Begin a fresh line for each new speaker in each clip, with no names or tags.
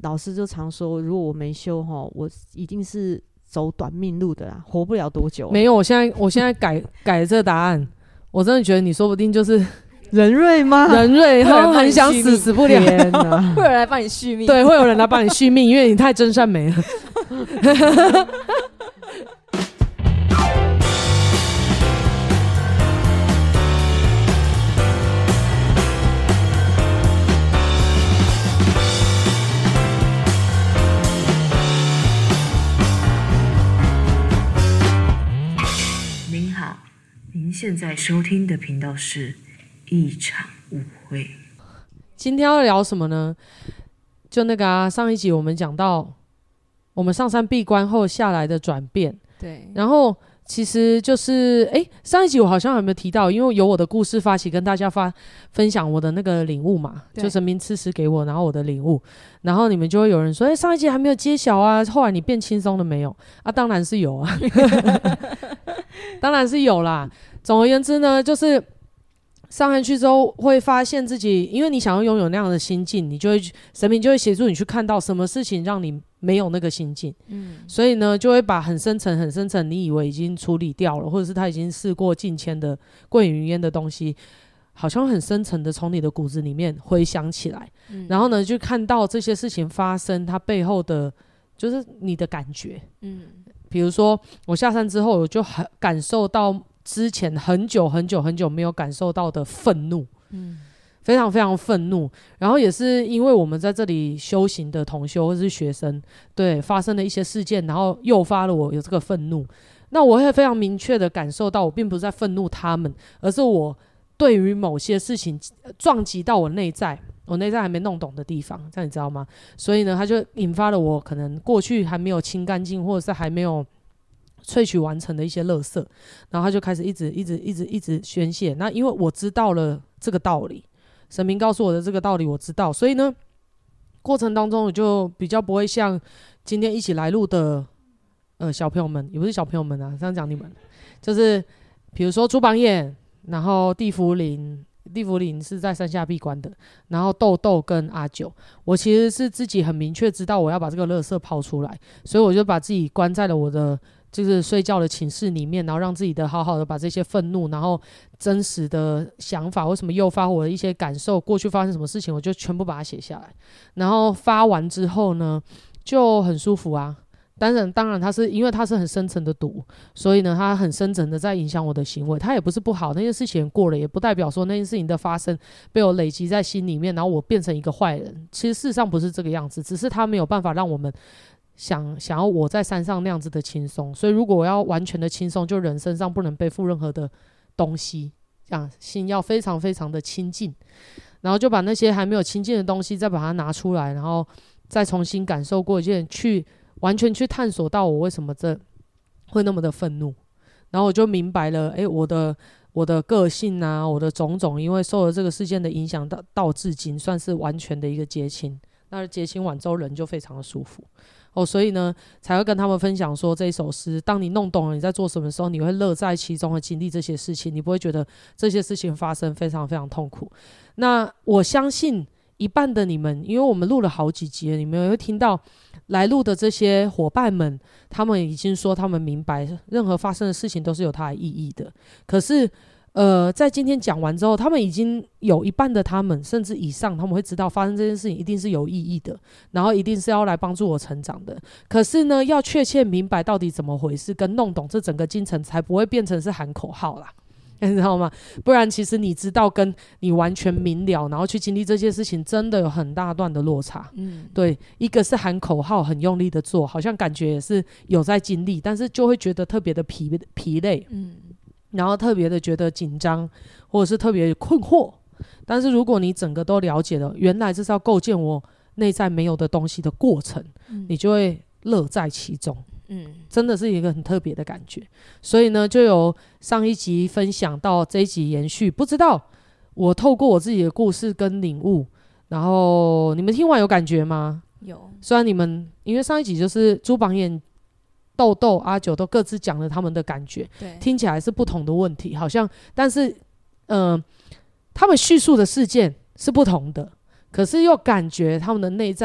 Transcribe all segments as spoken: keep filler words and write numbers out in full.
老师就常说，如果我没修齁，我一定是走短命路的啦，活不了多久。
没有，我现在我现在改改这个答案，我真的觉得你说不定就是
人瑞吗？
人瑞，然后很想死死不了，
天哪
会有人来帮你续命。
对，会有人来帮你续命，因为你太真善美了。
您好，您现在收听的频道是一场误会。
今天要聊什么呢？就那个啊，上一集我们讲到我们上山闭关后下来的转变，
对，
然后其实就是哎，上一集我好像还没有提到，因为由我的故事发起，跟大家发分享我的那个领悟嘛，就神明赐食给我，然后我的领悟，然后你们就会有人说，哎，上一集还没有揭晓啊，后来你变轻松了没有啊？当然是有啊，当然是有啦。总而言之呢，就是上山去之后会发现自己，因为你想要拥有那样的心境，你就会神明就会协助你去看到什么事情让你没有那个心境，嗯，所以呢就会把很深层很深层你以为已经处理掉了，或者是他已经事过境迁的过眼云烟的东西，好像很深层的从你的骨子里面回想起来，嗯，然后呢就看到这些事情发生它背后的就是你的感觉，嗯，比如说我下山之后我就很感受到之前很久很久很久没有感受到的愤怒，嗯，非常非常愤怒。然后也是因为我们在这里修行的同修或是学生，对发生了一些事件，然后诱发了我有这个愤怒。那我会非常明确的感受到，我并不是在愤怒他们，而是我对于某些事情撞击到我内在，我内在还没弄懂的地方，这样你知道吗？所以呢，它就引发了我可能过去还没有清干净，或者是还没有萃取完成的一些垃圾，然后他就开始一直一直一直一直宣泄。那因为我知道了这个道理，神明告诉我的这个道理我知道，所以呢过程当中我就比较不会像今天一起来录的呃小朋友们，也不是小朋友们啊，这样讲你们就是比如说朱榜眼，然后地福林地福林是在山下闭关的，然后豆豆跟阿九，我其实是自己很明确知道我要把这个垃圾抛出来，所以我就把自己关在了我的就是睡觉的寝室里面，然后让自己的好好的把这些愤怒，然后真实的想法为什么诱发我的一些感受，过去发生什么事情，我就全部把它写下来。然后发完之后呢就很舒服啊，当然当然它是因为它是很深层的毒，所以呢它很深层的在影响我的行为，它也不是不好，那件事情过了也不代表说那件事情的发生被我累积在心里面，然后我变成一个坏人，其实事实上不是这个样子，只是它没有办法让我们想想要我在山上那样子的轻松，所以如果我要完全的轻松，就人身上不能背负任何的东西，这样心要非常非常的清净，然后就把那些还没有清净的东西再把它拿出来，然后再重新感受过一遍，去完全去探索到我为什么这会那么的愤怒，然后我就明白了，诶，我的我的个性啊，我的种种，因为受了这个事件的影响到到至今，算是完全的一个结清。那结清完之后，人就非常的舒服哦，所以呢，才会跟他们分享说这一首诗，当你弄懂了你在做什么的时候，你会乐在其中的经历这些事情，你不会觉得这些事情发生非常非常痛苦。那我相信一半的你们，因为我们录了好几集了，你们也会听到来录的这些伙伴们，他们已经说他们明白任何发生的事情都是有它的意义的。可是呃，在今天讲完之后，他们已经有一半的他们甚至以上，他们会知道发生这件事情一定是有意义的，然后一定是要来帮助我成长的。可是呢，要确切明白到底怎么回事，跟弄懂这整个进程，才不会变成是喊口号啦，你知道吗？不然其实你知道跟你完全明了，然后去经历这些事情，真的有很大段的落差。嗯，对，一个是喊口号很用力的做，好像感觉也是有在经历，但是就会觉得特别的疲疲累。嗯，然后特别的觉得紧张，或者是特别困惑。但是如果你整个都了解了，原来这是要构建我内在没有的东西的过程，嗯，你就会乐在其中。嗯，真的是一个很特别的感觉。所以呢，就由上一集分享到这一集延续，不知道我透过我自己的故事跟领悟，然后你们听完有感觉吗？
有。虽
然你们因为上一集就是朱榜眼、豆豆、阿九都各自讲了他们的感觉，听起来是不同的问题，好像，但是，嗯、呃，他们叙述的事件是不同的，可是又感觉他们的内在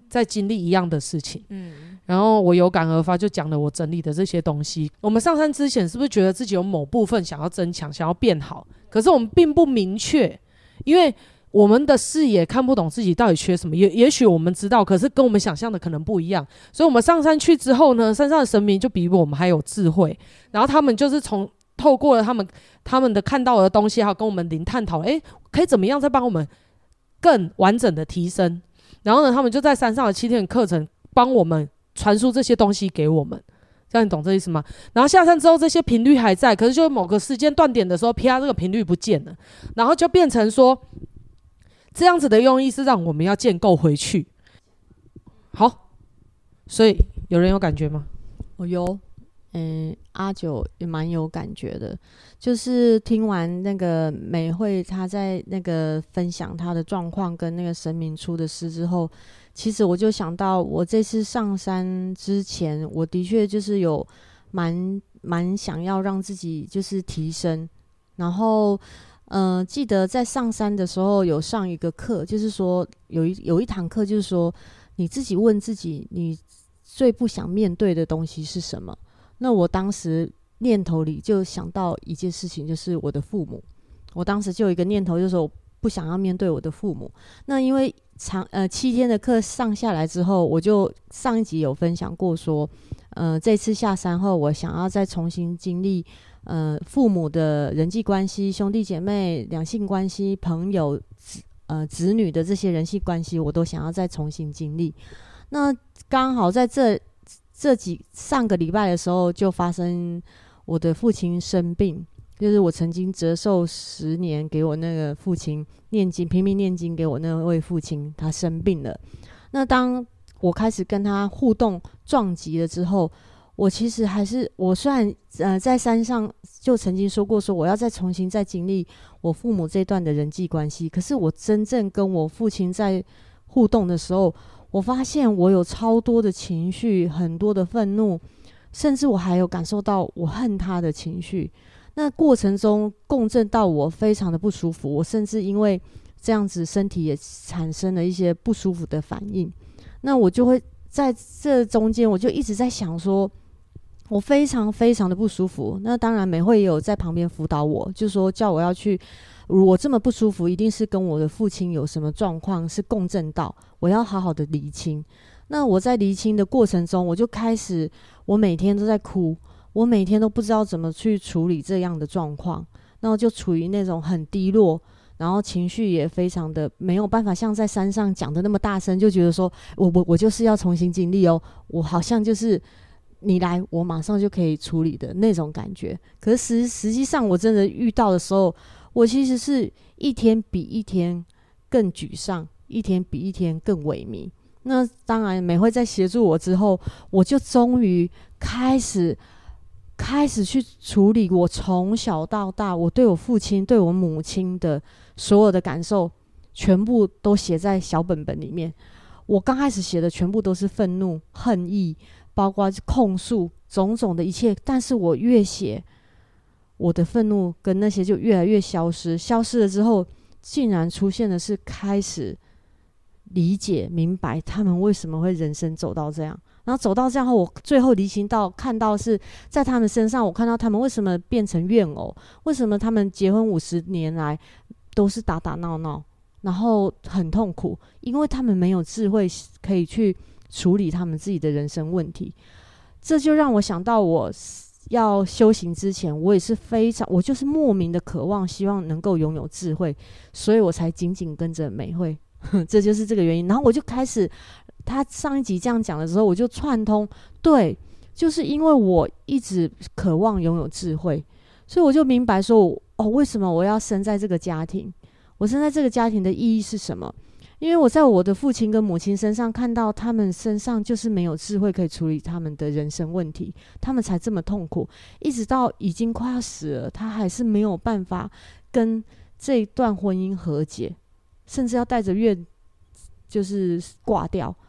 在经历一样的事情，
嗯，
然后我有感而发，就讲了我整理的这些东西。我们上山之前是不是觉得自己有某部分想要增强，想要变好？可是我们并不明确，因为我们的视野看不懂自己到底缺什么。也也许我们知道，可是跟我们想象的可能不一样。所以我们上山去之后呢，山上的神明就比我们还有智慧，然后他们就是从透过了他们他们的看到的东西，还有跟我们灵探讨，哎，可以怎么样再帮我们更完整的提升。然后呢，他们就在山上的七天的课程帮我们传输这些东西给我们，这样你懂这意思吗？然后下山之后，这些频率还在，可是就某个时间断点的时候，啪，这个频率不见了，然后就变成说，这样子的用意是让我们要建构回去。好，所以有人有感觉吗？
我有，嗯，阿九也蛮有感觉的，就是听完那个美惠她在那个分享她的状况跟那个神明出的诗之后，其实我就想到我这次上山之前，我的确就是有蛮蛮想要让自己就是提升，然后呃，记得在上山的时候有上一个课，就是说有一有一堂课就是说你自己问自己，你最不想面对的东西是什么？那我当时念头里就想到一件事情，就是我的父母。我当时就有一个念头，就是说我不想要面对我的父母。那因为长呃七天的课上下来之后，我就上一集有分享过说，呃，这次下山后，我想要再重新经历呃父母的人际关系、兄弟姐妹、两性关系、朋友、子呃子女的这些人际关系，我都想要再重新经历。那刚好在这这几上个礼拜的时候，就发生我的父亲生病，就是我曾经折寿十年给我那个父亲念经，拼命念经给我那位父亲，他生病了。那当我开始跟他互动撞击了之后，我其实还是我虽然呃在山上就曾经说过说我要再重新再经历我父母这段的人际关系，可是我真正跟我父亲在互动的时候，我发现我有超多的情绪，很多的愤怒，甚至我还有感受到我恨他的情绪。那过程中共振到我非常的不舒服，我甚至因为这样子身体也产生了一些不舒服的反应。那我就会在这中间，我就一直在想说，我非常非常的不舒服。那当然美惠也有在旁边辅导我，就说叫我要去，我这么不舒服一定是跟我的父亲有什么状况是共振到，我要好好的厘清。那我在厘清的过程中，我就开始我每天都在哭，我每天都不知道怎么去处理这样的状况，然后就处于那种很低落，然后情绪也非常的没有办法像在山上讲的那么大声，就觉得说我我我就是要重新经历哦，我好像就是你来我马上就可以处理的那种感觉。可是实实际上我真的遇到的时候，我其实是一天比一天更沮丧，一天比一天更萎靡。那当然美惠在协助我之后，我就终于开始开始去处理我从小到大我对我父亲对我母亲的所有的感受，全部都写在小本本里面。我刚开始写的全部都是愤怒、恨意，包括控诉种种的一切，但是我越写，我的愤怒跟那些就越来越消失，消失了之后，竟然出现的是开始理解明白他们为什么会人生走到这样。然后走到这样后，我最后离心到看到是在他们身上，我看到他们为什么变成怨偶，为什么他们结婚五十年来都是打打闹闹，然后很痛苦，因为他们没有智慧可以去处理他们自己的人生问题。这就让我想到我要修行之前，我也是非常我就是莫名的渴望希望能够拥有智慧，所以我才紧紧跟着美惠，这就是这个原因。然后我就开始他上一集这样讲的时候，我就串通，对，就是因为我一直渴望拥有智慧，所以我就明白说，哦，为什么我要生在这个家庭，我生在这个家庭的意义是什么。因为我在我的父亲跟母亲身上看到他们身上就是没有智慧可以处理他们的人生问题，他们才这么痛苦，一直到已经快要死了，他还是没有办法跟这一段婚姻和解，甚至要带着怨就是挂掉。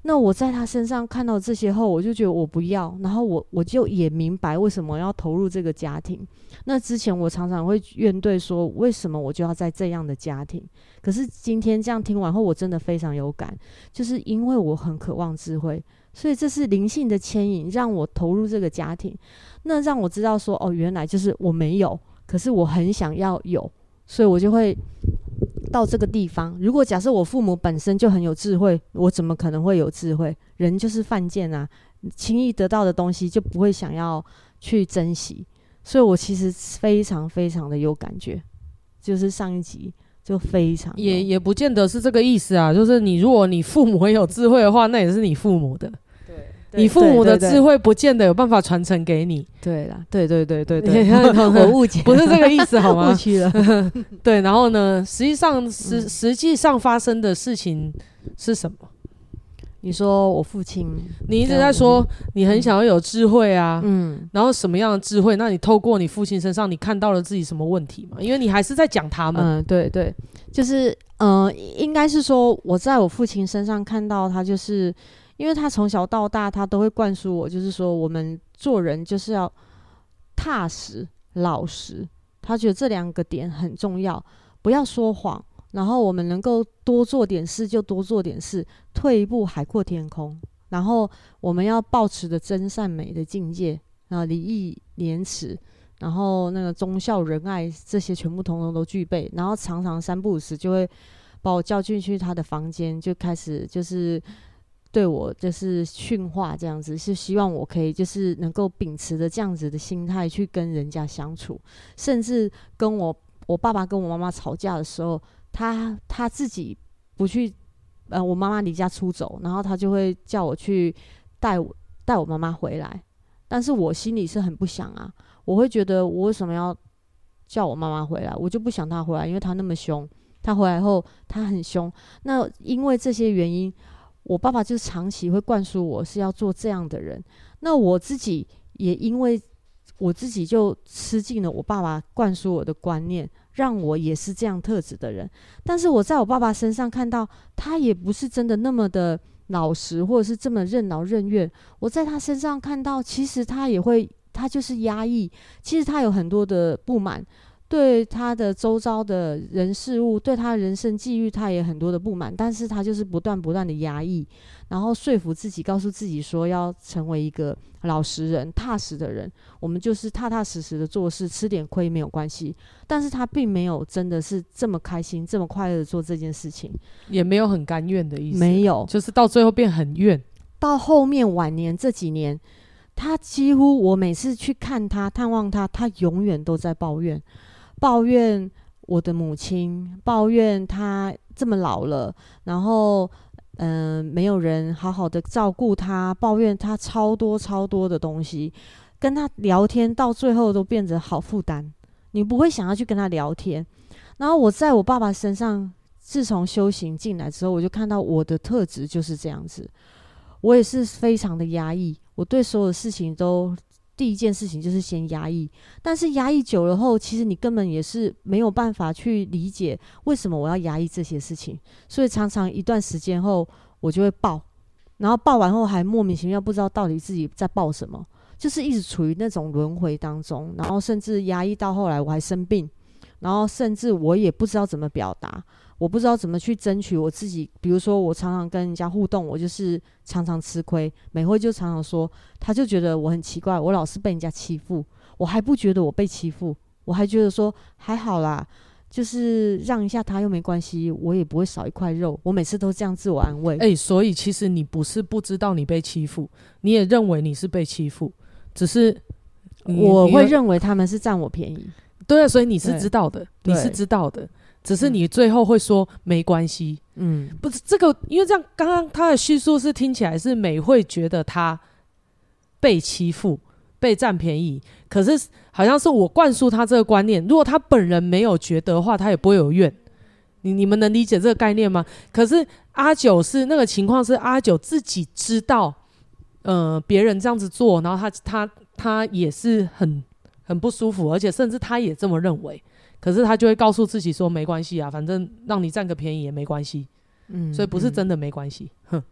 那我在他身上看到这些后，我就觉得我不要，然后我我就也明白为什么要投入这个家庭。那之前我常常会怨怼说，为什么我就要在这样的家庭？可是今天这样听完后，我真的非常有感，就是因为我很渴望智慧，所以这是灵性的牵引，让我投入这个家庭。那让我知道说，哦，原来就是我没有，可是我很想要有，所以我就会到这个地方。如果假设我父母本身就很有智慧，我怎么可能会有智慧？人就是犯贱啊，轻易得到的东西就不会想要去珍惜。所以我其实非常非常的有感觉，就是上一集就非常
也也不见得是这个意思啊，就是你如果你父母很有智慧的话，那也是你父母的。
对，
你父母的智慧不见得有办法传承给你。
对啦，对对对对对，我误解，
不是这个意思好吗？
误区了。
对，然后呢，实际上实、嗯、实际上发生的事情是什么？
你说我父亲，
你一直在说你很想要有智慧啊，嗯，然后什么样的智慧？那你透过你父亲身上，你看到了自己什么问题吗？因为你还是在讲他们，
嗯，对对，就是呃，应该是说我在我父亲身上看到他，就是因为他从小到大他都会灌输我，就是说我们做人就是要踏实老实，他觉得这两个点很重要，不要说谎。然后我们能够多做点事就多做点事，退一步海阔天空。然后我们要抱持的真善美的境界，然后礼义廉耻，然后那个忠孝仁爱这些全部统统都具备。然后常常三不五时就会把我叫进去他的房间，就开始就是对我就是训话这样子，是希望我可以就是能够秉持着这样子的心态去跟人家相处，甚至跟我我爸爸跟我妈妈吵架的时候。他他自己不去，呃，我妈妈离家出走，然后他就会叫我去带我带我妈妈回来，但是我心里是很不想啊，我会觉得我为什么要叫我妈妈回来，我就不想她回来，因为她那么凶，她回来后她很凶，那因为这些原因，我爸爸就长期会灌输我是要做这样的人，那我自己也因为我自己就吃进了我爸爸灌输我的观念，让我也是这样特质的人。但是我在我爸爸身上看到，他也不是真的那么的老实，或者是这么任劳任怨。我在他身上看到，其实他也会，他就是压抑。其实他有很多的不满，对他的周遭的人事物，对他人生际遇，他也很多的不满。但是他就是不断不断的压抑，然后说服自己，告诉自己说要成为一个老实人、踏实的人。我们就是踏踏实实的做事，吃点亏没有关系。但是他并没有真的是这么开心、这么快乐的做这件事情，
也没有很甘愿的意思。
没有，
就是到最后变很怨。
到后面晚年这几年，他几乎我每次去看他、探望他，他永远都在抱怨，抱怨我的母亲，抱怨他这么老了，然后嗯、呃，没有人好好的照顾他，抱怨他超多超多的东西，跟他聊天到最后都变得好负担，你不会想要去跟他聊天。然后我在我爸爸身上，自从修行进来之后，我就看到我的特质就是这样子，我也是非常的压抑，我对所有事情都第一件事情就是先压抑，但是压抑久了后，其实你根本也是没有办法去理解为什么我要压抑这些事情，所以常常一段时间后我就会爆，然后爆完后还莫名其妙不知道到底自己在爆什么，就是一直处于那种轮回当中，然后甚至压抑到后来我还生病，然后甚至我也不知道怎么表达，我不知道怎么去争取我自己。比如说我常常跟人家互动，我就是常常吃亏，美惠就常常说，他就觉得我很奇怪，我老是被人家欺负，我还不觉得我被欺负，我还觉得说还好啦，就是让一下他又没关系，我也不会少一块肉，我每次都这样自我安慰。
欸，所以其实你不是不知道你被欺负，你也认为你是被欺负，只是
我会认为他们是占我便宜。
对啊，所以你是知道的，你是知道的，只是你最后会说没关系。嗯，不是这个，因为这样刚刚他的叙述是听起来是美惠觉得他被欺负、被占便宜，可是好像是我灌输他这个观念，如果他本人没有觉得的话，他也不会有怨。你你们能理解这个概念吗？可是阿九是那个情况是阿九自己知道，呃，别人这样子做，然后他他他也是很。很不舒服，而且甚至他也这么认为，可是他就会告诉自己说没关系啊，反正让你占个便宜也没关系，嗯，所以不是真的没关系，哼、嗯。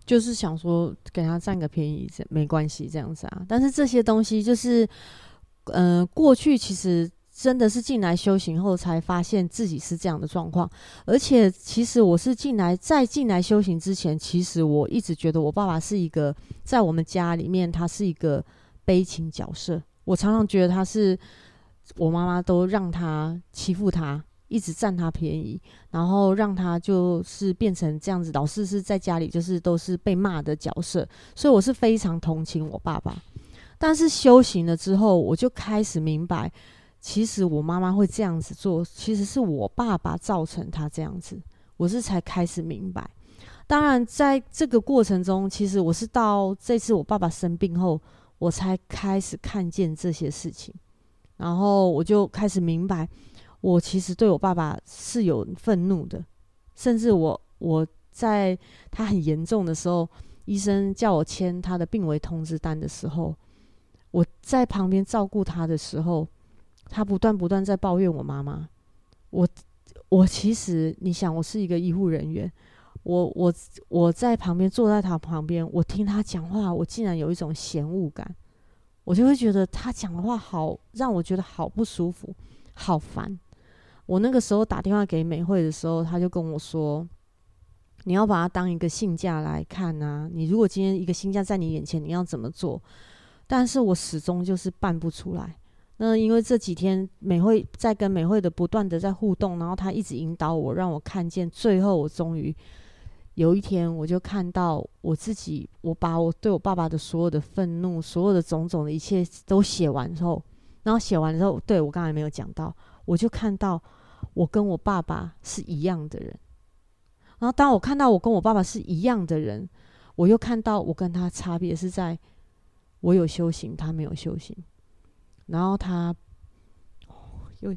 就是想说给他占个便宜没关系这样子啊。但是这些东西就是，呃，过去其实真的是进来修行后才发现自己是这样的状况，而且其实我是进来在进来修行之前，其实我一直觉得我爸爸是一个在我们家里面他是一个悲情角色，我常常觉得他是我妈妈都让他欺负他，一直占他便宜，然后让他就是变成这样子，老是是在家里就是都是被骂的角色，所以我是非常同情我爸爸。但是修行了之后，我就开始明白，其实我妈妈会这样子做，其实是我爸爸造成他这样子，我是才开始明白。当然在这个过程中，其实我是到这次我爸爸生病后，我才开始看见这些事情，然后我就开始明白，我其实对我爸爸是有愤怒的，甚至我我在他很严重的时候，医生叫我签他的病危通知单的时候，我在旁边照顾他的时候，他不断不断在抱怨我妈妈。我我其实你想，我是一个医护人员，我我我在旁边坐在他旁边，我听他讲话，我竟然有一种嫌恶感，我就会觉得他讲的话好让我觉得好不舒服，好烦。我那个时候打电话给美惠的时候，他就跟我说，你要把它当一个信假来看啊，你如果今天一个信假在你眼前，你要怎么做？但是我始终就是办不出来。那因为这几天美惠在跟美惠的不断的在互动，然后她一直引导我，让我看见，最后我终于有一天我就看到我自己，我把我对我爸爸的所有的愤怒，所有的种种的一切都写完之后，然后写完之后，对，我刚才没有讲到，我就看到我跟我爸爸是一样的人。然后当我看到我跟我爸爸是一样的人，我又看到我跟他差别是在我有修行，他没有修行。然后他又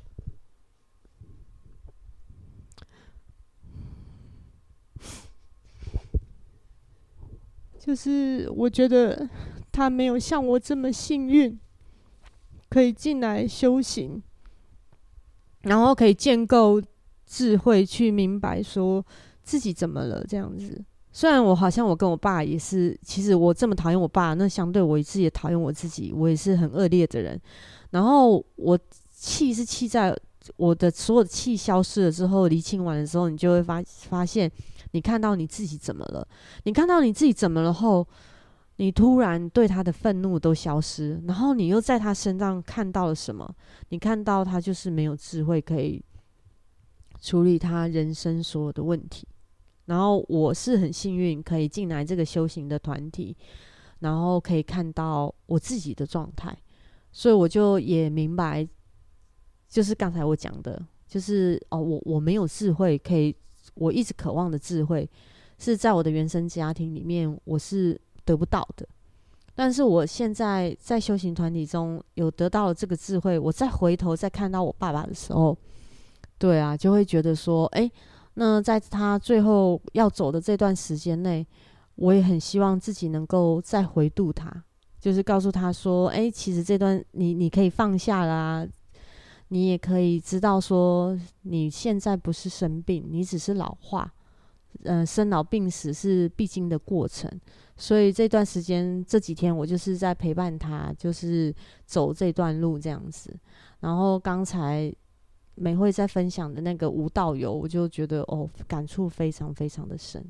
就是我觉得他没有像我这么幸运，可以进来修行，然后可以建构智慧，去明白说自己怎么了这样子。虽然我好像我跟我爸也是，其实我这么讨厌我爸，那相对我自己也讨厌我自己，我也是很恶劣的人。然后我气是气在我的所有的气消失了之后，厘清完的时候，你就会发发现，你看到你自己怎么了，你看到你自己怎么了后，你突然对他的愤怒都消失，然后你又在他身上看到了什么？你看到他就是没有智慧可以处理他人生所有的问题。然后我是很幸运可以进来这个修行的团体，然后可以看到我自己的状态，所以我就也明白，就是刚才我讲的，就是哦，我我没有智慧，可以我一直渴望的智慧，是在我的原生家庭里面我是得不到的。但是我现在在修行团体中有得到了这个智慧，我再回头再看到我爸爸的时候，对啊，就会觉得说，哎。那在他最后要走的这段时间内，我也很希望自己能够再回度他，就是告诉他说，哎、欸，其实这段你你可以放下啦，你也可以知道说，你现在不是生病，你只是老化，呃，生老病死是必经的过程，所以这段时间这几天我就是在陪伴他，就是走这段路这样子。然后刚才美惠在分享的那个无道游，我就觉得哦，感触非常非常的深。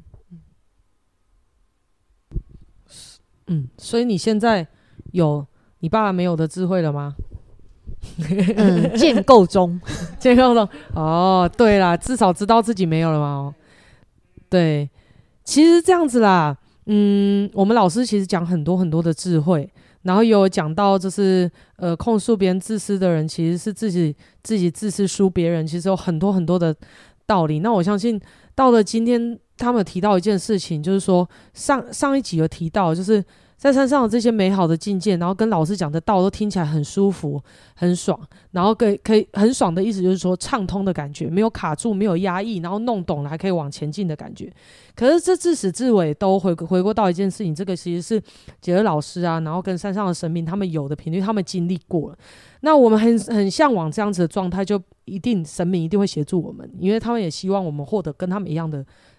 嗯，所以你现在有你爸爸没有的智慧了吗？
嗯，建构中，
建构中。哦，对啦，至少知道自己没有了嘛。哦，对，其实这样子啦。嗯，我们老师其实讲很多很多的智慧。然后也有讲到，就是呃，控诉别人自私的人，其实是自己自己自私输别人，其实有很多很多的道理。那我相信到了今天，他们有提到一件事情，就是说上上一集有提到，就是在山上的这些美好的境界，然后跟老师讲的道都听起来很舒服、很爽，然后可以可以很爽的意思就是说畅通的感觉，没有卡住、没有压抑，然后弄懂了还可以往前进的感觉。可是这自始至尾都回回过到一件事情，这个其实是杰尔老师啊，然后跟山上的神明他们有的频率，他们经历过了。那我们很很向往这样子的状态，就一定神明一定会协助我们，因为他们也希望我们获得跟他们一样的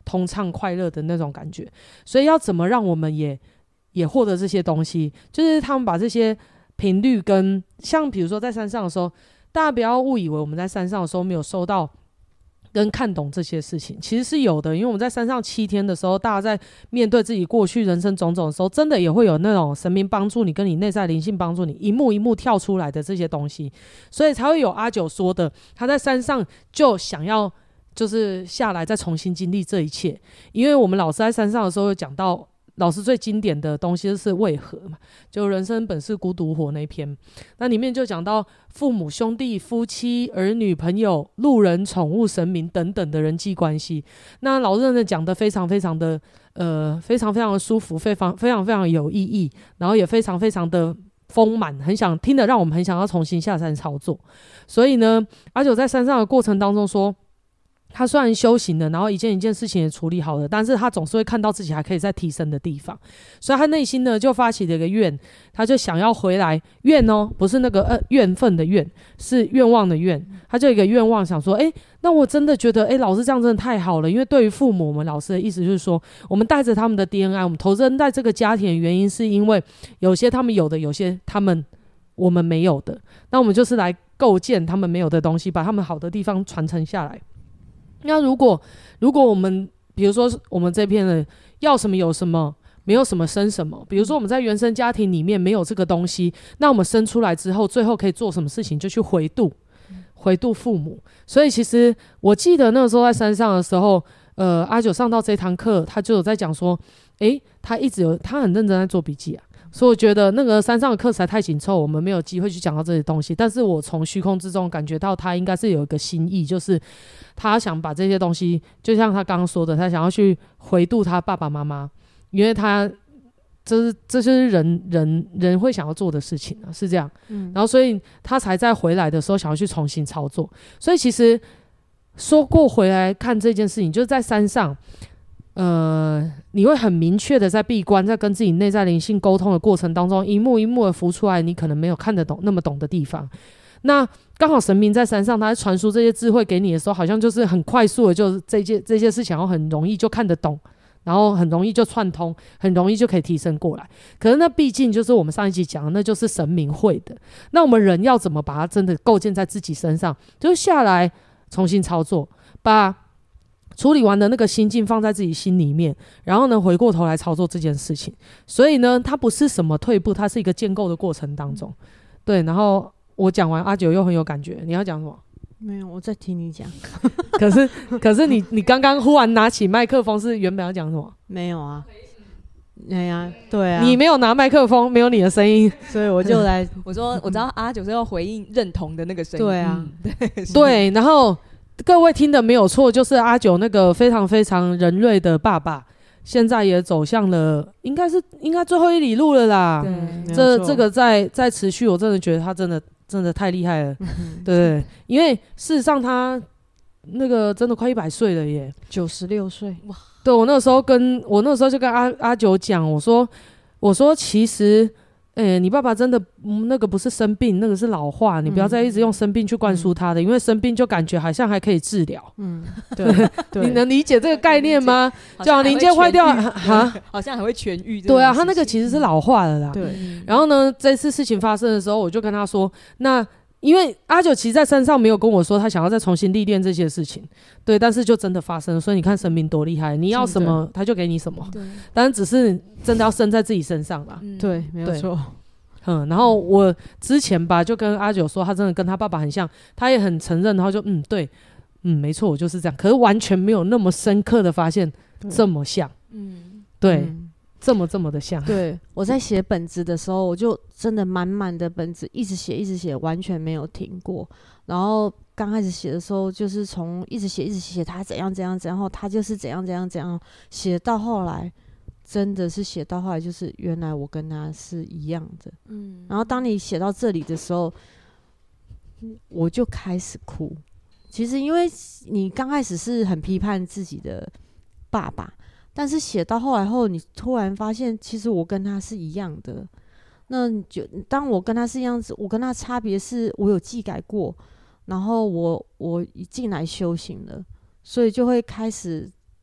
通畅快乐的那种感觉。所以要怎么让我们也也获得这些东西，就是他们把这些频率跟像比如说在山上的时候，大家不要误以为我们在山上的时候没有收到跟看懂这些事情，其实是有的。因为我们在山上七天的时候，大家在面对自己过去人生种种的时候，真的也会有那种神明帮助你，跟你内在灵性帮助你，一幕一幕跳出来的这些东西，所以才会有阿九说的，他在山上就想要就是下来再重新经历这一切。因为我们老师在山上的时候有讲到，老师最经典的东西就是为何嘛，就人生本是孤独火那篇，那里面就讲到父母、兄弟、夫妻、儿女、朋友、路人、宠物、神明等等的人际关系。那老师真的讲得非常非常的呃非常非常的舒服，非常非常非常有意义，然后也非常非常的丰满，很想听得让我们很想要重新下山操作。所以呢，阿九在山上的过程当中说，他虽然修行了，然后一件一件事情也处理好了，但是他总是会看到自己还可以再提升的地方，所以他内心呢就发起了一个愿，他就想要回来。愿哦，不是那个呃怨愤的怨，是愿望的愿。他就有一个愿望，想说，哎，那我真的觉得，哎，老师这样真的太好了。因为对于父母，我们老师的意思就是说，我们带着他们的 D N I， 我们投身在这个家庭的原因，是因为有些他们有的，有些他们我们没有的，那我们就是来构建他们没有的东西，把他们好的地方传承下来。那如果如果我们比如说我们这片人要什么有什么，没有什么生什么，比如说我们在原生家庭里面没有这个东西，那我们生出来之后最后可以做什么事情，就去回渡回渡父母。所以其实我记得那个时候在山上的时候，呃，阿九上到这堂课，他就有在讲说，诶，他一直有他很认真在做笔记啊。所以我觉得那个山上的课实在太紧凑，我们没有机会去讲到这些东西。但是我从虚空之中感觉到他应该是有一个心意，就是他想把这些东西，就像他刚刚说的，他想要去回渡他爸爸妈妈，因为他这是这就是人人人会想要做的事情啊，是这样。嗯，然后所以他才在回来的时候想要去重新操作。所以其实说过回来看这件事情，就是在山上。呃，你会很明确的在闭关，在跟自己内在灵性沟通的过程当中，一幕一幕的浮出来你可能没有看得懂那么懂的地方。那刚好神明在山上，他在传输这些智慧给你的时候，好像就是很快速的，就是这些这些事情，然后很容易就看得懂，然后很容易就串通，很容易就可以提升过来。可是那毕竟就是我们上一集讲的，那就是神明会的。那我们人要怎么把它真的构建在自己身上，就是下来重新操作，把处理完的那个心境放在自己心里面，然后呢回过头来操作这件事情。所以呢它不是什么退步，它是一个建构的过程当中。对，然后我讲完，阿九又很有感觉，你要讲什么？
没有，我在听你讲。
可是可是你你刚刚忽然拿起麦克风，是原本要讲什么？
没有啊。哎呀，对啊，
你没有拿麦克风，没有你的声音，
所以我就来
我说我知道阿九是要回应认同的那个声音。
对啊，
嗯、对,
对，然后各位听的没有错，就是阿九那个非常非常人类的爸爸，现在也走向了应该是应该最后一里路了啦。
对，
这这个在在持续，我真的觉得他真的真的太厉害了。嗯、对，因为事实上他那个真的快一百岁了耶，
九十六岁哇！
对，我那个时候跟我那个时候就跟阿阿九讲，我说我说其实。欸、你爸爸真的、嗯、那个不是生病，那个是老化，你不要再一直用生病去灌输他的、嗯、因为生病就感觉好像还可以治疗。嗯，对对，你能理解这个概念吗？就好零件坏掉哈，
好像还会痊愈。
对啊，他那个其实是老化了啦。
对，
然后呢，这次事情发生的时候，我就跟他说，那因为阿九其实在山上没有跟我说他想要再重新历练这些事情，对，但是就真的发生了。所以你看神明多厉害，你要什么他就给你什么，但是只是真的要生在自己身上啦。
嗯、对，没有错。
嗯，然后我之前吧就跟阿九说，他真的跟他爸爸很像，他也很承认，然后就嗯对，嗯没错，我就是这样，可是完全没有那么深刻的发现这么像，嗯，对。嗯这么这么的像。
对，我在写本子的时候，我就真的满满的本子，一直写一直写，完全没有停过。然后刚开始写的时候，就是从一直写一直写他怎样怎样怎样，然后他就是怎样怎样怎样，写到后来真的是写到后来就是原来我跟他是一样的。嗯，然后当你写到这里的时候，我就开始哭。其实因为你刚开始是很批判自己的爸爸，但是写到后来后，你突然发现，其实我跟他是一样的。那你就当我跟他是一样子，我跟他差别是我有技改过，然后我我一进来修行了，所以就会开始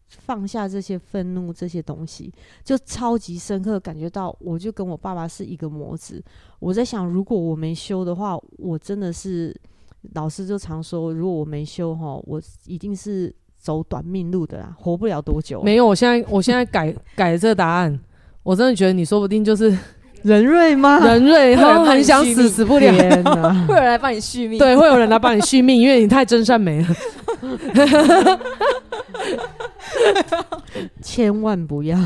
放下这些愤怒这些东西，就超级深刻感觉到，我就跟我爸爸是一个模子。我在想，如果我没修的话，我真的是老师就常说，如果我没修齁，我一定是走短命路的啦，活不了多久。
没有，我现在我现在改改这个答案，我真的觉得你说不定就是
人瑞吗？
人瑞，然后很想死死不了。
天哪
会有人来帮你续命。
对，会有人来帮你续命，因为你太真善美了。
千万不要。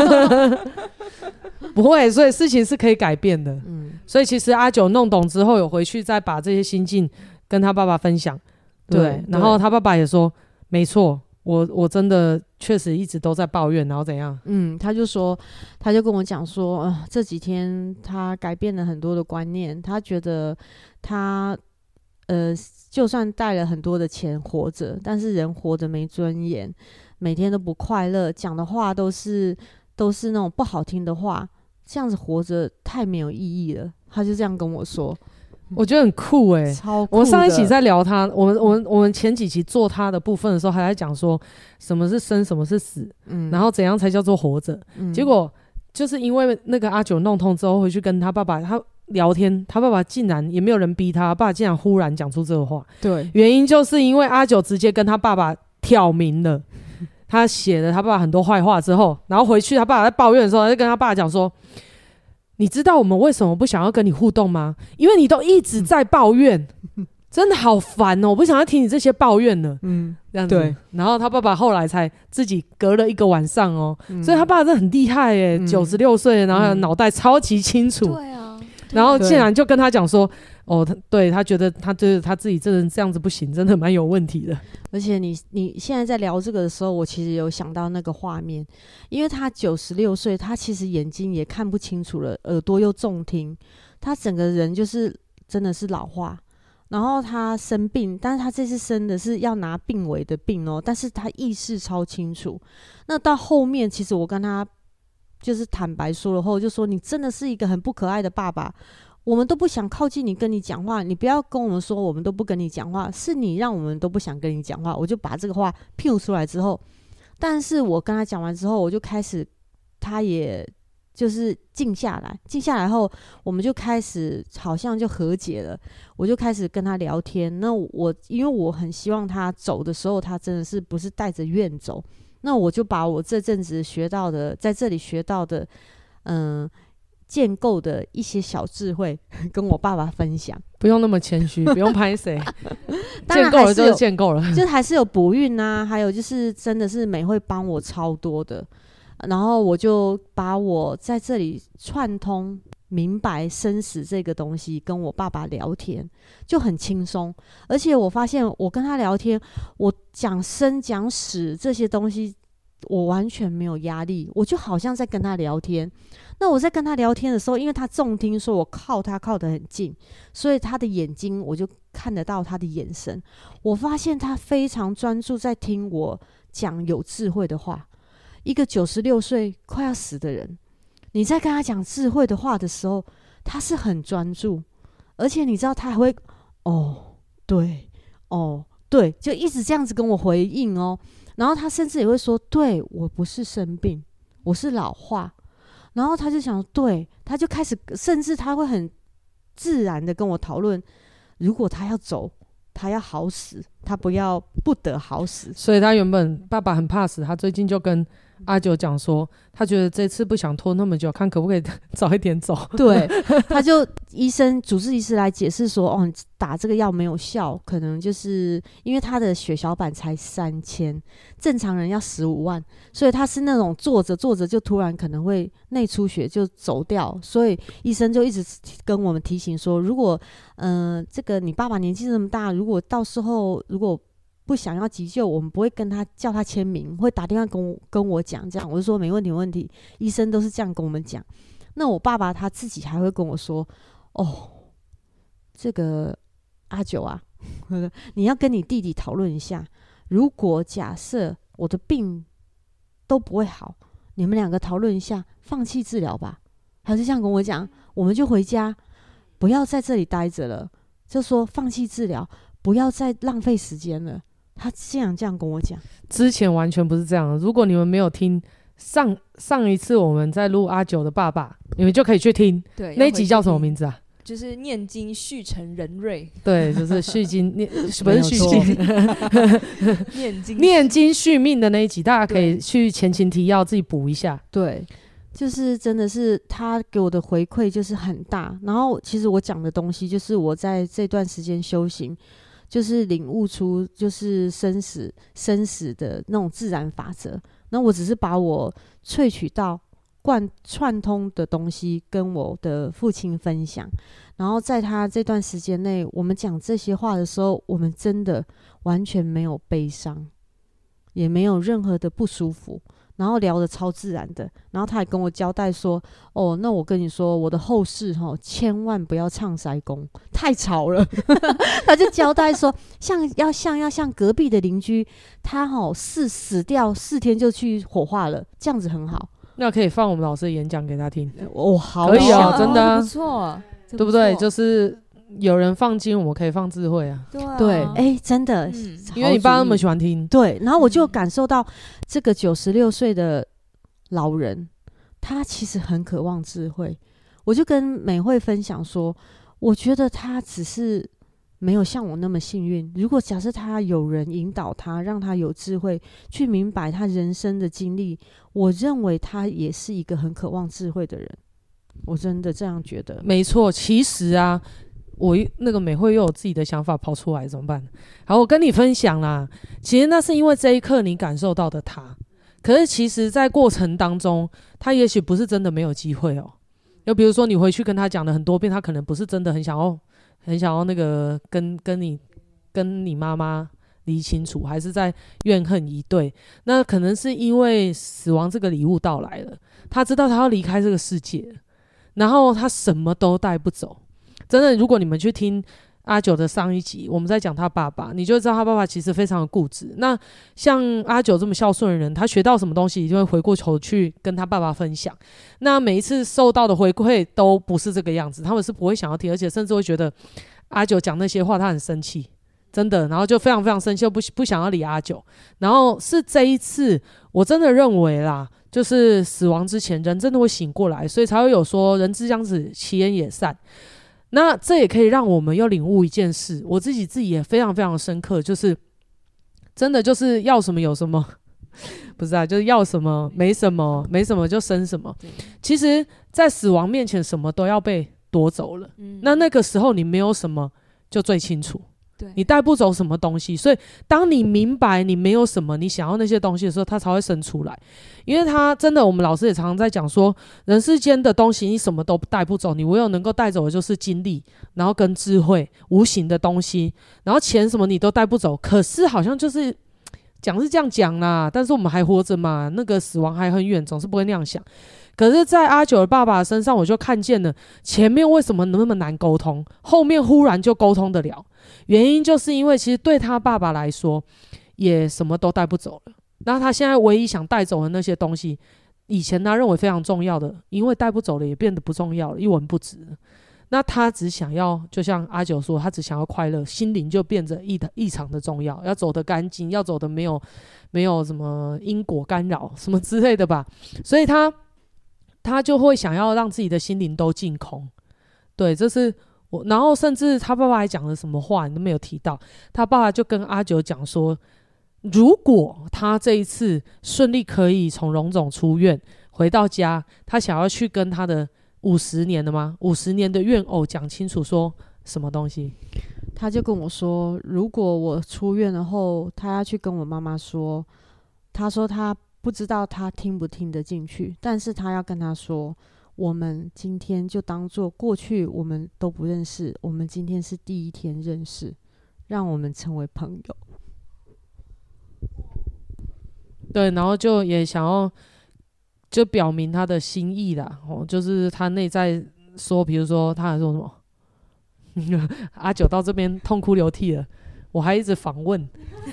不会，所以事情是可以改变的。
嗯，
所以其实阿九弄懂之后，有回去再把这些心境跟他爸爸分享。对，
对
然后他爸爸也说，没错，我我真的确实一直都在抱怨，然后怎样？
嗯，他就说，他就跟我讲说，呃，这几天他改变了很多的观念，他觉得他呃，就算带了很多的钱活着，但是人活得没尊严，每天都不快乐，讲的话都是都是那种不好听的话，这样子活着太没有意义了。他就这样跟我说。
我觉得很酷哎、欸，
超酷的。
我们上一期在聊他，我们我们我们前几期做他的部分的时候，还在讲说什么是生，什么是死，嗯，然后怎样才叫做活着、嗯。结果就是因为那个阿九弄痛之后，回去跟他爸爸他聊天，他爸爸竟然也没有人逼他，爸爸竟然忽然讲出这个话。
对，
原因就是因为阿九直接跟他爸爸挑明了，他写了他爸爸很多坏话之后，然后回去他爸爸在抱怨的时候，他就跟他爸爸讲说。你知道我们为什么不想要跟你互动吗？因为你都一直在抱怨，真的好烦哦！我不想要听你这些抱怨了。嗯，这样子。对。然后他爸爸后来才自己隔了一个晚上哦，嗯、所以他爸爸真的很厉害耶，九十六岁，然后脑袋超级清楚。
对啊。
然后竟然就跟他讲说，哦，他对他觉得他就是他自己这人这样子不行，真的蛮有问题的。
而且你你现在在聊这个的时候，我其实有想到那个画面，因为他九十六岁，他其实眼睛也看不清楚了，耳朵又重听，他整个人就是真的是老化。然后他生病，但是他这次生的是要拿病危的病哦，但是他意识超清楚。那到后面，其实我跟他就是坦白说了后，就说你真的是一个很不可爱的爸爸。我们都不想靠近你跟你讲话，你不要跟我们说我们都不跟你讲话，是你让我们都不想跟你讲话。我就把这个话 P 出来之后，但是我跟他讲完之后，我就开始，他也就是静下来，静下来后，我们就开始好像就和解了。我就开始跟他聊天。那我因为我很希望他走的时候，他真的是不是带着怨走。那我就把我这阵子学到的，在这里学到的，嗯、呃。建构的一些小智慧跟我爸爸分享，
不用那么谦虚，不用拍谁，建构了就是建构了，
就是还是有补运啊，还有就是真的是美会帮我超多的，然后我就把我在这里串通明白生死这个东西，跟我爸爸聊天就很轻松，而且我发现我跟他聊天，我讲生讲死这些东西，我完全没有压力，我就好像在跟他聊天。那我在跟他聊天的时候，因为他重听，说我靠他靠得很近，所以他的眼睛我就看得到他的眼神。我发现他非常专注在听我讲有智慧的话。一个九十六岁快要死的人，你在跟他讲智慧的话的时候，他是很专注，而且你知道他还会哦对哦对，就一直这样子跟我回应哦。然后他甚至也会说，对，我不是生病，我是老化。然后他就想，对，他就开始，甚至他会很自然的跟我讨论，如果他要走，他要好死，他不要不得好死。
所以他原本爸爸很怕死，他最近就跟阿九讲说，他觉得这次不想拖那么久，看可不可以早一点走。
对，他就医生主治医师来解释说，哦，你打这个药没有效，可能就是因为他的血小板才三千，正常人要十五万，所以他是那种坐着坐着就突然可能会内出血就走掉，所以医生就一直跟我们提醒说，如果呃这个你爸爸年纪这么大，如果到时候如果不想要急救，我们不会跟他叫他签名，会打电话跟我跟我讲，这样我就说没问题没问题，医生都是这样跟我们讲。那我爸爸他自己还会跟我说，哦，这个阿九啊，你要跟你弟弟讨论一下，如果假设我的病都不会好，你们两个讨论一下，放弃治疗吧。还是这样跟我讲，我们就回家，不要在这里待着了，就说放弃治疗，不要再浪费时间了。 他竟然这样跟我讲。
之前完全不是这样的。如果你们没有听上上一次我们在录阿九的爸爸，你们就可以去听。
对，
那一集叫什么名字啊？
就是念经续成人瑞。
对，就是续经念，不是续经，
念经
念经续命的那一集，大家可以去前情提要自己补一下。
对，就是真的是他给我的回馈就是很大。然后其实我讲的东西，就是我在这段时间修行，就是领悟出就是生死生死的那种自然法则。那我只是把我萃取到贯串通的东西跟我的父亲分享，然后在他这段时间内，我们讲这些话的时候，我们真的完全没有悲伤，也没有任何的不舒服，然后聊得超自然的。然后他还跟我交代说，哦，那我跟你说，我的后事齁，千万不要唱塞公，太吵了。他就交代说，像要像要像隔壁的邻居，他齁死死掉四天就去火化了，这样子很好。
那可以放我们老师的演讲给他听。
哦，好，
可以哦，真的、啊
哦、不错，
对不对？就是有人放经，我们可以放智慧啊。
对啊，
对，哎、欸，真的、嗯，
因为你爸那么喜欢听。
对，然后我就感受到这个九十六岁的老人，他其实很渴望智慧。我就跟美慧分享说，我觉得他只是没有像我那么幸运。如果假设他有人引导他，让他有智慧去明白他人生的经历，我认为他也是一个很渴望智慧的人。我真的这样觉得。
没错，其实啊，我那个美慧又有自己的想法跑出来，怎么办？好，我跟你分享啦。其实那是因为这一刻你感受到的他，可是其实在过程当中，他也许不是真的没有机会哦。就比如说你回去跟他讲了很多遍，他可能不是真的很想要。很想要那个跟跟你跟你妈妈理清楚，还是在怨恨一对。那可能是因为死亡这个礼物到来了，他知道他要离开这个世界，然后他什么都带不走。真的，如果你们去听阿九的上一集，我们在讲他爸爸，你就知道他爸爸其实非常的固执。那像阿九这么孝顺的人，他学到什么东西，就会回过头去跟他爸爸分享。那每一次受到的回馈都不是这个样子，他们是不会想要听，而且甚至会觉得阿九讲那些话他很生气，真的，然后就非常非常生气，不不想要理阿九。然后是这一次，我真的认为啦，就是死亡之前人真的会醒过来，所以才会有说人之将死，其言也善。那这也可以让我们又领悟一件事，我自己自己也非常非常深刻，就是真的就是要什么有什么，不是啊，就是要什么没什么，没什么就生什么。其实在死亡面前什么都要被夺走了、嗯、那那个时候你没有什么就最清楚，你带不走什么东西，所以当你明白你没有什么你想要那些东西的时候，它才会生出来。因为他真的，我们老师也常常在讲说，人世间的东西你什么都带不走，你唯有能够带走的就是精力，然后跟智慧，无形的东西，然后钱什么你都带不走。可是好像就是讲是这样讲啦，但是我们还活着嘛，那个死亡还很远，总是不会那样想。可是在阿九的爸爸身上，我就看见了前面为什么那么难沟通，后面忽然就沟通得了。原因就是因为其实对他爸爸来说也什么都带不走了，那他现在唯一想带走的那些东西，以前他认为非常重要的，因为带不走了也变得不重要了，一文不值了。那他只想要，就像阿九说，他只想要快乐，心灵就变得异异常的重要，要走得干净，要走得没有没有什么因果干扰什么之类的吧。所以他他就会想要让自己的心灵都净空。对，这是我，然后甚至他爸爸还讲了什么话你都没有提到，他爸爸就跟阿九讲说，如果他这一次顺利可以从荣总出院回到家，他想要去跟他的五十年的吗？五十年的怨偶讲清楚说什么东西？
他就跟我说，如果我出院了后，他要去跟我妈妈说，他说他不知道他听不听得进去，但是他要跟他说，我们今天就当做过去我们都不认识，我们今天是第一天认识，让我们成为朋友。
对，然后就也想要就表明他的心意啦、哦、就是他内在说，比如说他还说什么阿九到这边痛哭流涕了，我还一直访问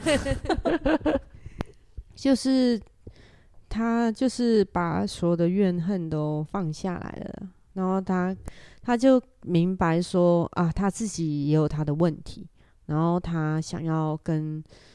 就是他就是把所有的怨恨都放下来了，然后他他就明白说啊，他自己也有他的问题，然后他想要跟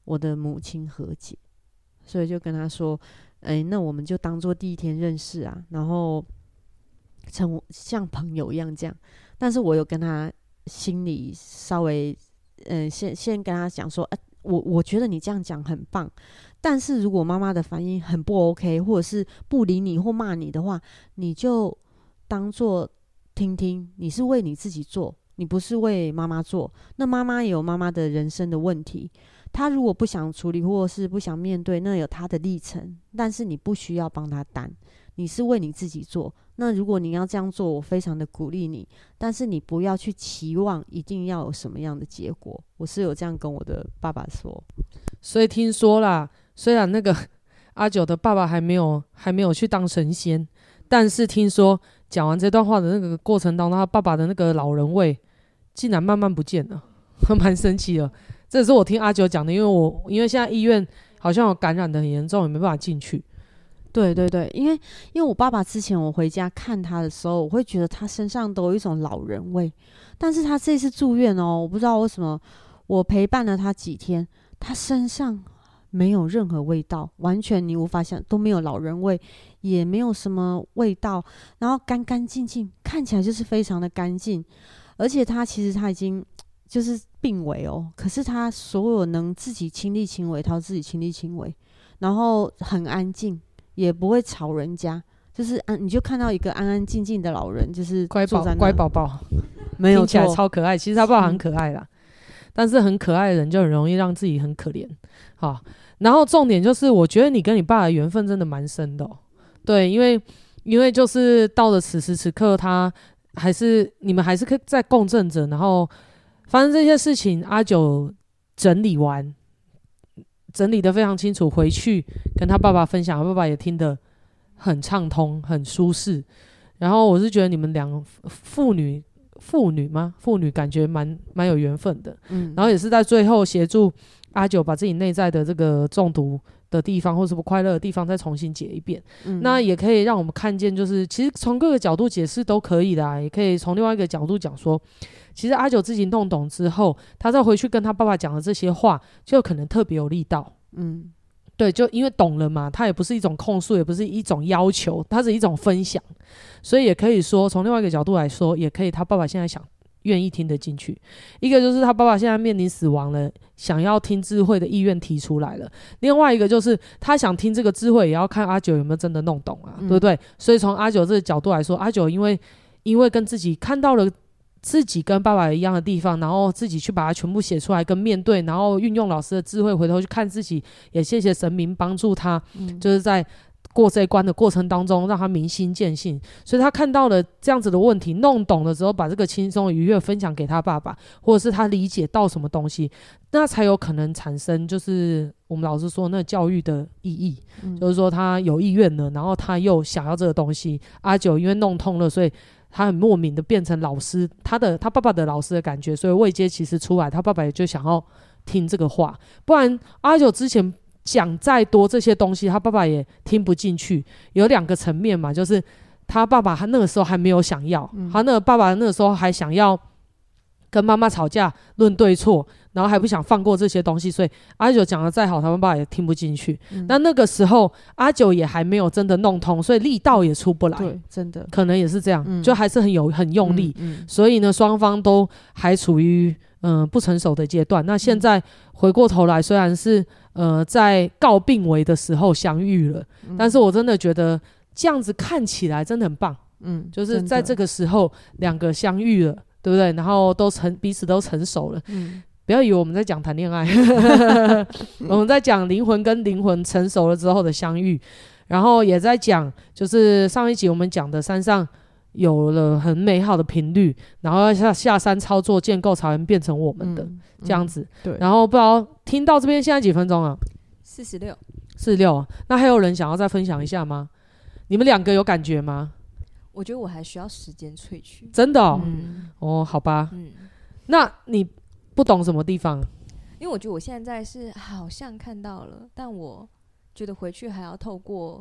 我的母亲和解，所以就跟他说，哎，那我们就当做第一天认识啊，然后成像朋友一样这样。但是我有跟他心里稍微，嗯，先先跟他讲说，哎、呃，我我觉得你这样讲很棒，但是如果妈妈的反应很不 OK， 或者是不理你或骂你的话，你就当做听听，你是为你自己做，你不是为妈妈做。那妈妈也有妈妈的人生的问题，她如果不想处理或是不想面对，那有她的历程，但是你不需要帮她担，你是为你自己做。那如果你要这样做，我非常的鼓励你，但是你不要去期望一定要有什么样的结果。我是有这样跟我的爸爸说。
所以听说啦，虽然那个阿九的爸爸还没有还没有去当神仙，但是听说讲完这段话的那个过程当中，他爸爸的那个老人味竟然慢慢不见了，蛮神奇的。这也是我听阿九讲的，因为我因为现在医院好像有感染的很严重，也没办法进去。
对对对，因为因为我爸爸之前我回家看他的时候，我会觉得他身上都有一种老人味，但是他这次住院哦，我不知道为什么，我陪伴了他几天，他身上没有任何味道，完全你无法想都没有老人味，也没有什么味道，然后干干净净，看起来就是非常的干净，而且他其实他已经就是病危哦，可是他所有能自己亲力亲为，他自己亲力亲为，然后很安静。也不会吵人家，就是安，你就看到一个安安静静的老人，就是
乖宝乖宝宝，
没有错，
听起来超可爱。其实他爸爸很可爱啦，但是很可爱的人就很容易让自己很可怜。好，然后重点就是，我觉得你跟你爸的缘分真的蛮深的、哦，对，因为因为就是到了此时此刻，他还是你们还是可以在共振着，然后发生这些事情，阿九整理完。整理得非常清楚，回去跟他爸爸分享，他爸爸也听得很畅通，很舒适。然后我是觉得你们两父女父女吗？父女感觉蛮蛮有缘分的。嗯，然后也是在最后协助阿九把自己内在的这个中毒的地方或是不快乐的地方再重新解一遍。嗯，那也可以让我们看见，就是其实从各个角度解释都可以的、啊，也可以从另外一个角度讲说。其实阿九自己弄懂之后，他再回去跟他爸爸讲的这些话，就可能特别有力道。嗯，对，就因为懂了嘛，他也不是一种控诉，也不是一种要求，它是一种分享，所以也可以说，从另外一个角度来说，也可以他爸爸现在想愿意听得进去。一个就是他爸爸现在面临死亡了，想要听智慧的意愿提出来了；另外一个就是他想听这个智慧，也要看阿九有没有真的弄懂啊，嗯、对不对？所以从阿九这个角度来说，阿九因为因为跟自己看到了。自己跟爸爸一样的地方，然后自己去把它全部写出来跟面对，然后运用老师的智慧回头去看自己，也谢谢神明帮助他、嗯、就是在过这一关的过程当中让他明心见性，所以他看到了这样子的问题，弄懂了之后把这个轻松愉悦分享给他爸爸，或者是他理解到什么东西，那才有可能产生就是我们老师说那教育的意义、嗯、就是说他有意愿了，然后他又想要这个东西，阿九因为弄通了，所以他很莫名的变成老师，他的他爸爸的老师的感觉，所以位阶其实出来，他爸爸也就想要听这个话，不然阿九之前讲再多这些东西，他爸爸也听不进去。有两个层面嘛，就是他爸爸他那个时候还没有想要，嗯、他那个爸爸那个时候还想要跟妈妈吵架论对错，然后还不想放过这些东西，所以阿九讲的再好，他爸爸也听不进去。嗯、那那个时候阿九也还没有真的弄通，所以力道也出不来。
对，真的
可能也是这样，嗯、就还是很有很用力。
嗯嗯、
所以呢，双方都还处于嗯、呃、不成熟的阶段。那现在回过头来，虽然是呃在告病危的时候相遇了，嗯、但是我真的觉得这样子看起来真的很棒。嗯，就是在这个时候两个相遇了。对不对？然后都成彼此都成熟了，嗯、不要以为我们在讲谈恋爱，我们在讲灵魂跟灵魂成熟了之后的相遇，然后也在讲，就是上一集我们讲的山上有了很美好的频率，然后要下下山操作建构才能变成我们的、嗯、这样子。对，然后不知道听到这边现在几分钟啊？
四十六，
四十六。那还有人想要再分享一下吗？你们两个有感觉吗？
我觉得我还需要时间萃取。
真的哦，
嗯、
哦，好吧。嗯，那你不懂什么地方？
因为我觉得我现在是好像看到了，但我觉得回去还要透过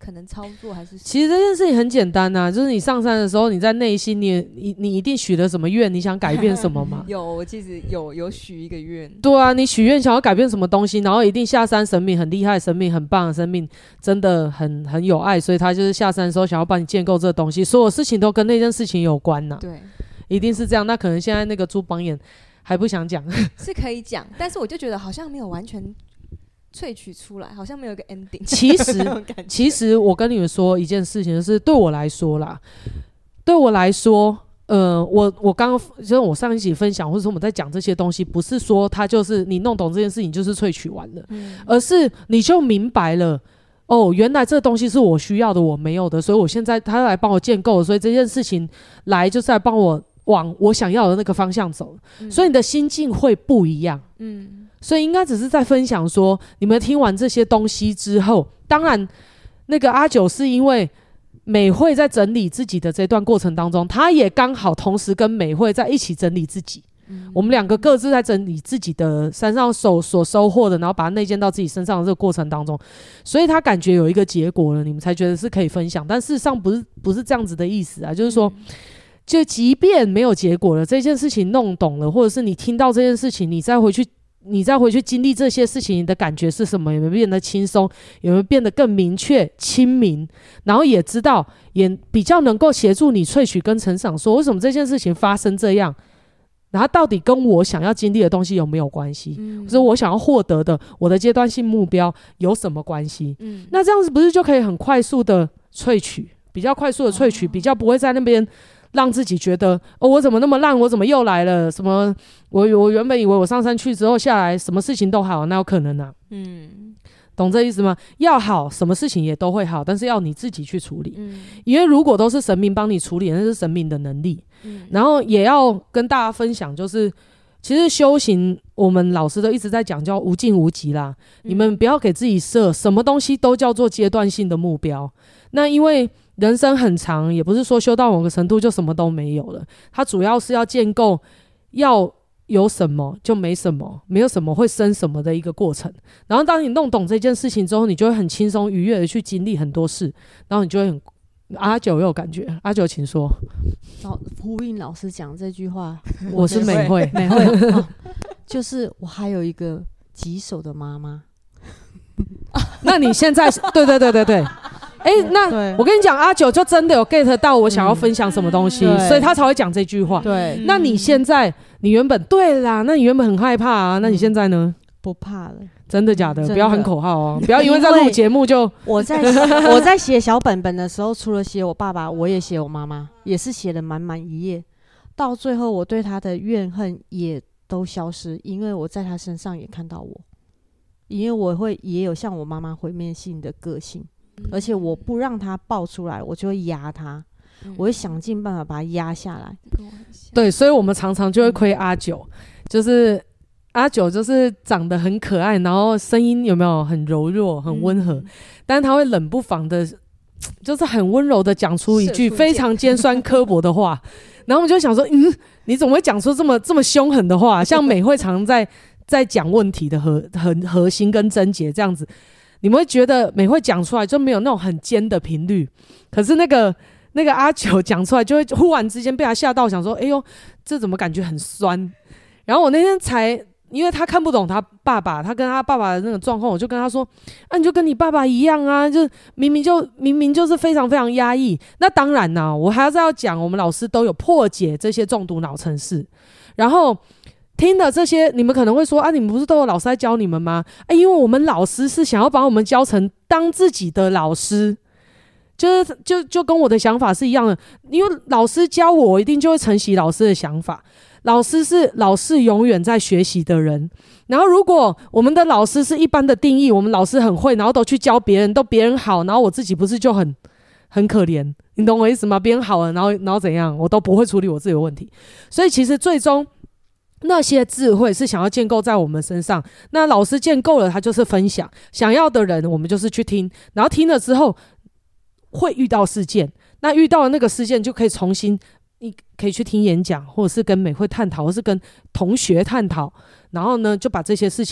可能操作还是？
其实这件事情很简单啊，就是你上山的时候，你在内心你你你一定许了什么愿，你想改变什么嘛？
有，我其实有有许一个愿。
对啊，你许愿想要改变什么东西，然后一定下山，神明很厉害，神明很棒，神明真的很很有爱，所以他就是下山的时候想要帮你建构这个东西，所有事情都跟那件事情有关呐、啊。
对，
一定是这样。那可能现在那个朱榜眼还不想讲，
是可以讲，但是我就觉得好像没有完全萃取出来，好像没有一个 ending。
其实，其实我跟你们说一件事情，就是对我来说啦，对我来说，呃，我我刚刚就是我上一集分享，或者说我们在讲这些东西，不是说它就是你弄懂这件事情就是萃取完了，嗯、而是你就明白了。哦，原来这东西是我需要的，我没有的，所以我现在他来帮我建构，所以这件事情来就是来帮我往我想要的那个方向走，嗯、所以你的心境会不一样。嗯，所以应该只是在分享说，你们听完这些东西之后，当然那个阿九是因为美慧在整理自己的这段过程当中，他也刚好同时跟美慧在一起整理自己。嗯、我们两个各自在整理自己的山上所所收获的，然后把它内建到自己身上的这个过程当中，所以他感觉有一个结果了，你们才觉得是可以分享。但事实上不是不是这样子的意思啊，就是说。嗯就即便没有结果了，这件事情弄懂了，或者是你听到这件事情，你再回去，你再回去经历这些事情，你的感觉是什么？有没有变得轻松？有没有变得更明确、亲民？然后也知道，也比较能够协助你萃取跟成长，说为什么这件事情发生这样，然后到底跟我想要经历的东西有没有关系？嗯，或者我想要获得的我的阶段性目标有什么关系？嗯，那这样子不是就可以很快速的萃取，比较快速的萃取，哦、比较不会在那边。让自己觉得哦，我怎么那么烂？我怎么又来了？什么？我我原本以为我上山去之后下来，什么事情都好，那有可能啊？嗯，懂这意思吗？要好，什么事情也都会好，但是要你自己去处理。嗯，因为如果都是神明帮你处理，那是神明的能力。嗯，然后也要跟大家分享，就是其实修行，我们老师都一直在讲叫无尽无极啦。嗯、你们不要给自己设什么东西都叫做阶段性的目标。那因为人生很长，也不是说修到某个程度就什么都没有了，它主要是要建构要有什么就没什么，没有什么会生什么的一个过程。然后当你弄懂这件事情之后，你就会很轻松愉悦的去经历很多事，然后你就会很阿九有感觉。阿九请说。
老呼应老师讲这句话，
我是美慧
美慧、哦、就是我还有一个棘手的妈妈。
那你现在对对对对对哎、欸，那我跟你讲，阿九就真的有 get 到我想要分享什么东西，嗯、所以他才会讲这句话。
对，
那你现在，你原本对啦，那你原本很害怕啊，那你现在呢？
不怕了。
真的假的？不要喊口号哦！不要因为在录节目就
我在我在写小本本的时候，除了写我爸爸，我也写我妈妈，也是写了满满一页。到最后，我对他的怨恨也都消失，因为我在他身上也看到我，因为我会也有像我妈妈毁灭性的个性。而且我不让他爆出来，我就会压他，嗯、我会想尽办法把他压下来。
对，所以我们常常就会亏阿九，嗯、就是阿九就是长得很可爱，然后声音有没有很柔弱、很温和，嗯、但是他会冷不防的，就是很温柔的讲出一句非常尖酸刻薄的话，然后我们就想说，嗯，你怎么会讲出这么这么凶狠的话？像美慧常在在讲问题的核很核心跟症结这样子。你们会觉得美慧讲出来就没有那种很尖的频率，可是那个那个阿九讲出来就会忽然之间被他吓到，想说哎呦这怎么感觉很酸。然后我那天才因为他看不懂他爸爸，他跟他爸爸的那个状况，我就跟他说啊你就跟你爸爸一样啊，就明明就明明就是非常非常压抑。那当然啦，我还是要讲我们老师都有破解这些中毒脑程式，然后听了这些，你们可能会说啊，你们不是都有老师在教你们吗？哎，因为我们老师是想要把我们教成当自己的老师，就是就就跟我的想法是一样的。因为老师教我，我一定就会承袭老师的想法。老师是老师永远在学习的人。然后如果我们的老师是一般的定义，我们老师很会，然后都去教别人，都别人好，然后我自己不是就很很可怜？你懂我意思吗？别人好了，然后然后怎样，我都不会处理我自己的问题。所以其实最终那些智慧是想要建构在我们身上，那老师建构了，他就是分享，想要的人我们就是去听，然后听了之后会遇到事件，那遇到了那个事件就可以重新，你可以去听演讲，或者是跟美慧探讨，或是跟同学探讨，然后呢就把这些事情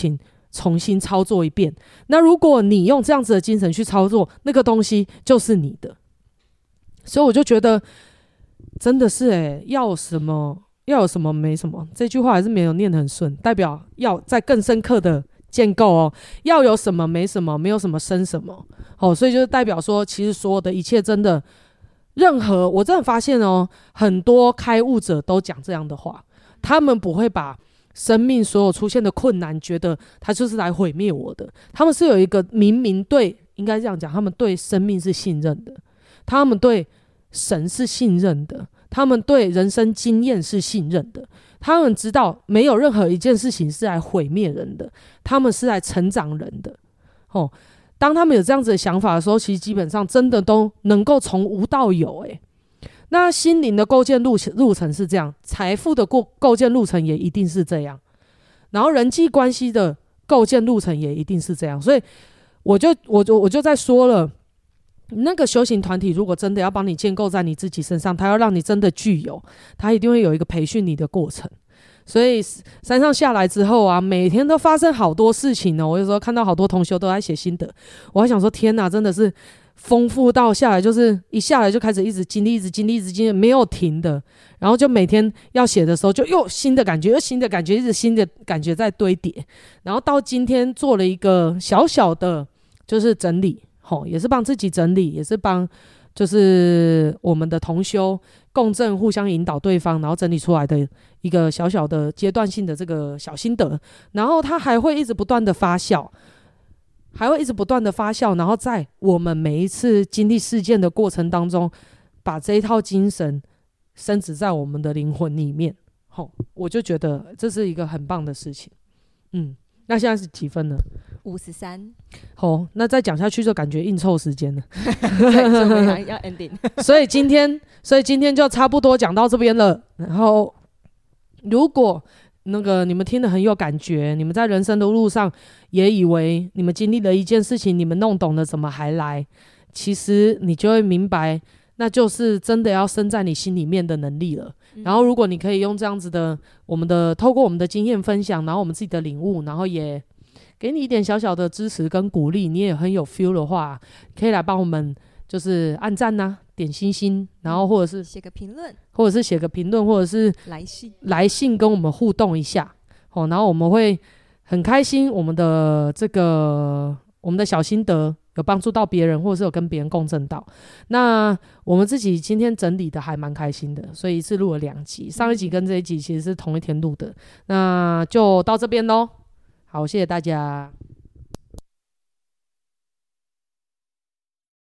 重新操作一遍。那如果你用这样子的精神去操作，那个东西就是你的。所以我就觉得真的是欸，要有什么要有什么没什么，这句话还是没有念得很顺，代表要再更深刻的建构哦。要有什么没什么，没有什么生什么哦，所以就是代表说，其实所有的一切真的，任何我真的发现哦，很多开悟者都讲这样的话，他们不会把生命所有出现的困难觉得他就是来毁灭我的，他们是有一个明明对，应该这样讲，他们对生命是信任的，他们对神是信任的，他们对人生经验是信任的，他们知道没有任何一件事情是来毁灭人的，他们是来成长人的。哦，当他们有这样子的想法的时候，其实基本上真的都能够从无到有。欸，那心灵的构建 路, 路程是这样，财富的构建路程也一定是这样，然后人际关系的构建路程也一定是这样。所以我就我就我就在说了，那个修行团体如果真的要帮你建构在你自己身上，他要让你真的具有，他一定会有一个培训你的过程。所以山上下来之后啊，每天都发生好多事情哦。我有时候看到好多同修都在写心得，我还想说天哪，真的是丰富到下来就是一下来就开始一直经历一直经历一直经历没有停的，然后就每天要写的时候就又新的感觉又新的感觉一直新的感觉在堆叠，然后到今天做了一个小小的就是整理，吼，也是帮自己整理，也是帮就是我们的同修共振互相引导对方，然后整理出来的一个小小的阶段性的这个小心得，然后它还会一直不断的发酵还会一直不断的发酵，然后在我们每一次经历事件的过程当中，把这一套精神深植在我们的灵魂里面。吼，我就觉得这是一个很棒的事情。嗯，那现在是几分了？
五十三。
好，那再讲下去就感觉硬凑时间了。
对，所以我们要 ending。
所以今天，所以今天就差不多讲到这边了。然后，如果那个你们听得很有感觉，你们在人生的路上也以为你们经历了一件事情，你们弄懂了怎么还来，其实你就会明白，那就是真的要生在你心里面的能力了。嗯、然后如果你可以用这样子的，我们的透过我们的经验分享，然后我们自己的领悟，然后也给你一点小小的支持跟鼓励，你也很有 feel 的话，可以来帮我们就是按赞啊，点星星，然后或者是
写个评论，
或者是写个评论，或者是
来信
来信跟我们互动一下。哦，然后我们会很开心，我们的这个我们的小心得有帮助到别人，或者是有跟别人共振到。那我们自己今天整理的还蛮开心的，所以一次录了两集，上一集跟这一集其实是同一天录的。那就到这边咯，好，谢谢大家。